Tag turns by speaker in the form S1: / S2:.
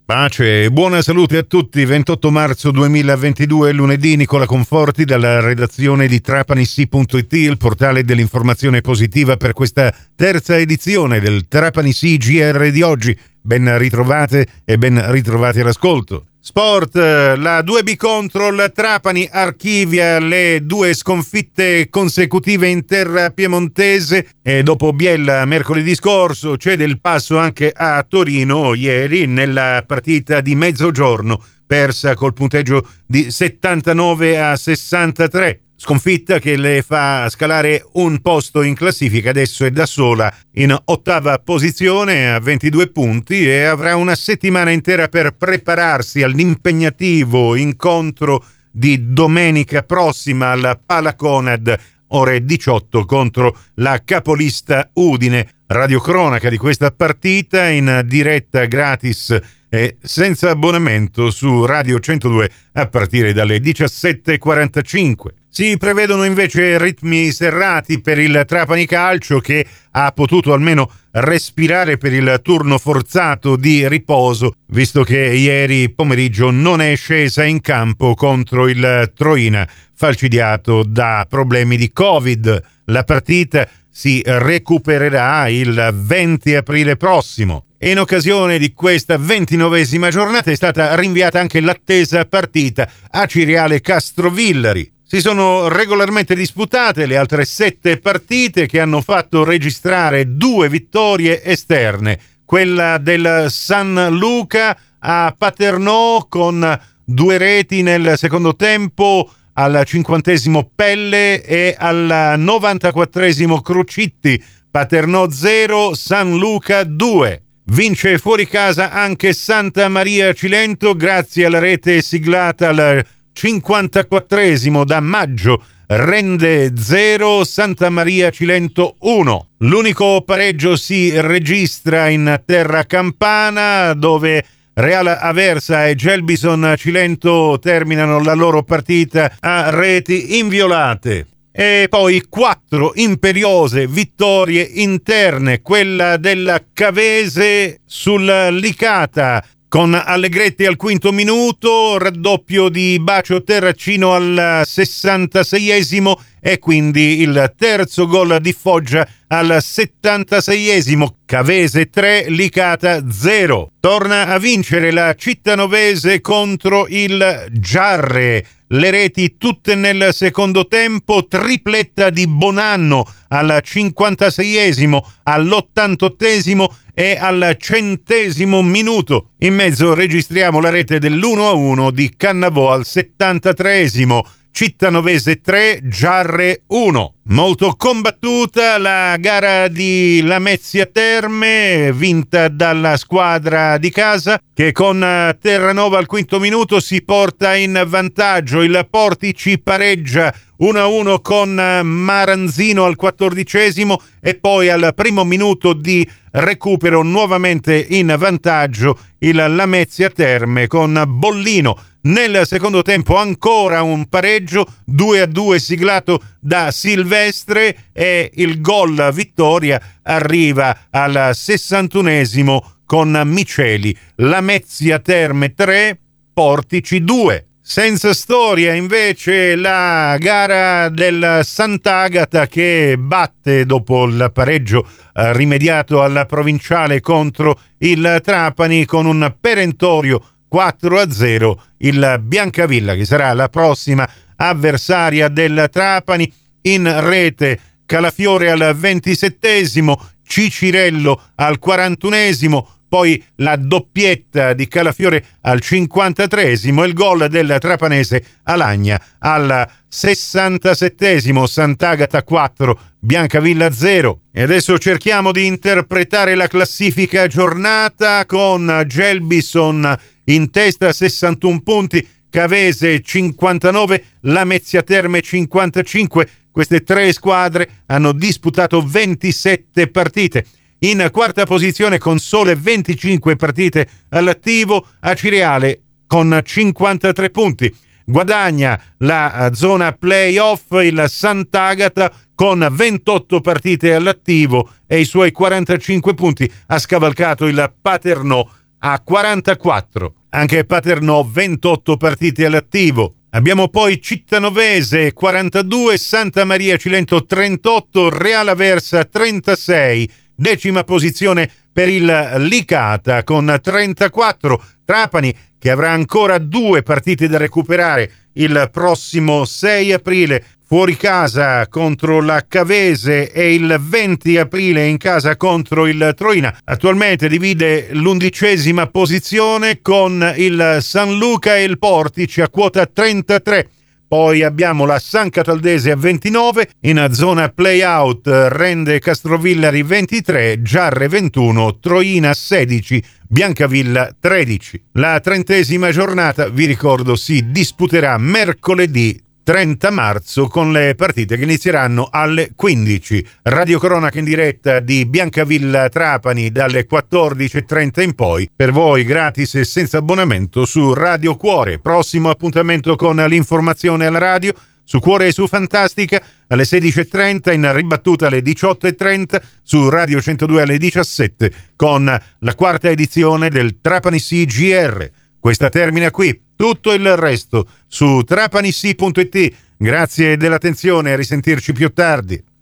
S1: Pace e buona salute a tutti. 28 marzo 2022, lunedì. Nicola Conforti dalla redazione di TrapaniSì.it, il portale dell'informazione positiva, per questa terza edizione del TrapaniSì GR di oggi. Ben ritrovate e ben ritrovati all'ascolto. Sport, la 2B contro il Trapani archivia le 2 sconfitte consecutive in terra piemontese e dopo Biella mercoledì scorso cede il passo anche a Torino ieri nella partita di mezzogiorno, persa col punteggio di 79-63. Sconfitta che le fa scalare un posto in classifica, adesso è da sola in 8ª posizione a 22 punti e avrà una settimana intera per prepararsi all'impegnativo incontro di domenica prossima alla Palaconad, ore 18, contro la capolista Udine. Radiocronaca di questa partita in diretta gratis e senza abbonamento su Radio 102 a partire dalle 17:45. Si prevedono invece ritmi serrati per il Trapani Calcio, che ha potuto almeno respirare per il turno forzato di riposo, visto che ieri pomeriggio non è scesa in campo contro il Troina, falcidiato da problemi di Covid. La partita si recupererà il 20 aprile prossimo. E in occasione di questa 29esima giornata è stata rinviata anche l'attesa partita Acireale Castrovillari. Si sono regolarmente disputate le altre 7 partite che hanno fatto registrare 2 vittorie esterne. Quella del San Luca a Paternò con 2 reti nel secondo tempo, al 50° Pelle e al 94° Crucitti. Paternò 0, San Luca 2. Vince fuori casa anche Santa Maria Cilento grazie alla rete siglata al 54° da Maggio. Rende 0, Santa Maria Cilento 1. L'unico pareggio si registra in terra campana, dove Real Aversa e Gelbison Cilento terminano la loro partita a reti inviolate. E poi 4 imperiose vittorie interne, quella della Cavese sul Licata con Allegretti al 5° minuto, raddoppio di Bacio Terracino al 66° e quindi il terzo gol di Foggia al 76°. Cavese 3, Licata 0. Torna a vincere la Cittanovese contro il Giarre. Le reti tutte nel secondo tempo, tripletta di Bonanno al 56°, all'88° e al 100° minuto. In mezzo registriamo la rete dell'1-1 di Cannavò al 73°. Cittanovese 3, Giarre 1. Molto combattuta la gara di Lamezia Terme, vinta dalla squadra di casa, che con Terranova al 5° minuto si porta in vantaggio. Il Portici pareggia 1-1 con Maranzino al 14° e poi al 1° minuto di recupero nuovamente in vantaggio il Lamezia Terme con Bollino. Nel secondo tempo ancora un pareggio 2-2 siglato da Silvestre e il gol vittoria arriva al 61° con Miceli. Lamezia Terme 3, Portici 2. Senza storia invece la gara del Sant'Agata, che batte dopo il pareggio rimediato alla provinciale contro il Trapani con un perentorio 4-0 il Biancavilla, che sarà la prossima avversaria del Trapani. In rete Calafiore al 27°, Cicirello al 41°, poi la doppietta di Calafiore al 53° e il gol del trapanese Alagna al 67°. Sant'Agata 4, Biancavilla 0. E adesso cerchiamo di interpretare la classifica giornata con Gelbison in testa a 61 punti, Cavese 59, Lamezia Terme 55. Queste 3 squadre hanno disputato 27 partite. In quarta posizione, con sole 25 partite all'attivo, Acireale con 53 punti. Guadagna la zona play-off il Sant'Agata con 28 partite all'attivo e i suoi 45 punti. Ha scavalcato il Paternò a 44. Anche Paternò 28 partite all'attivo. Abbiamo poi Cittanovese 42, Santa Maria Cilento 38, Real Aversa 36, decima posizione per il Licata con 34, Trapani che avrà ancora 2 partite da recuperare il prossimo 6 aprile fuori casa contro la Cavese e il 20 aprile in casa contro il Troina. Attualmente divide l'11ª posizione con il San Luca e il Portici a quota 33. Poi abbiamo la San Cataldese a 29, in zona play-out Rende Castrovillari 23, Giarre 21, Troina 16, Biancavilla 13. La 30ª giornata, vi ricordo, si disputerà mercoledì 30 marzo con le partite che inizieranno alle 15. Radiocronaca in diretta di Biancavilla Trapani dalle 14:30 in poi, per voi gratis e senza abbonamento su Radio Cuore. Prossimo appuntamento con l'informazione alla radio su Cuore e su Fantastica alle 16:30, in ribattuta alle 18:30 su Radio 102 alle 17 con la 4ª edizione del Trapani CGR. Questa termina qui. Tutto il resto su trapanisi.it. Grazie dell'attenzione, a risentirci più tardi.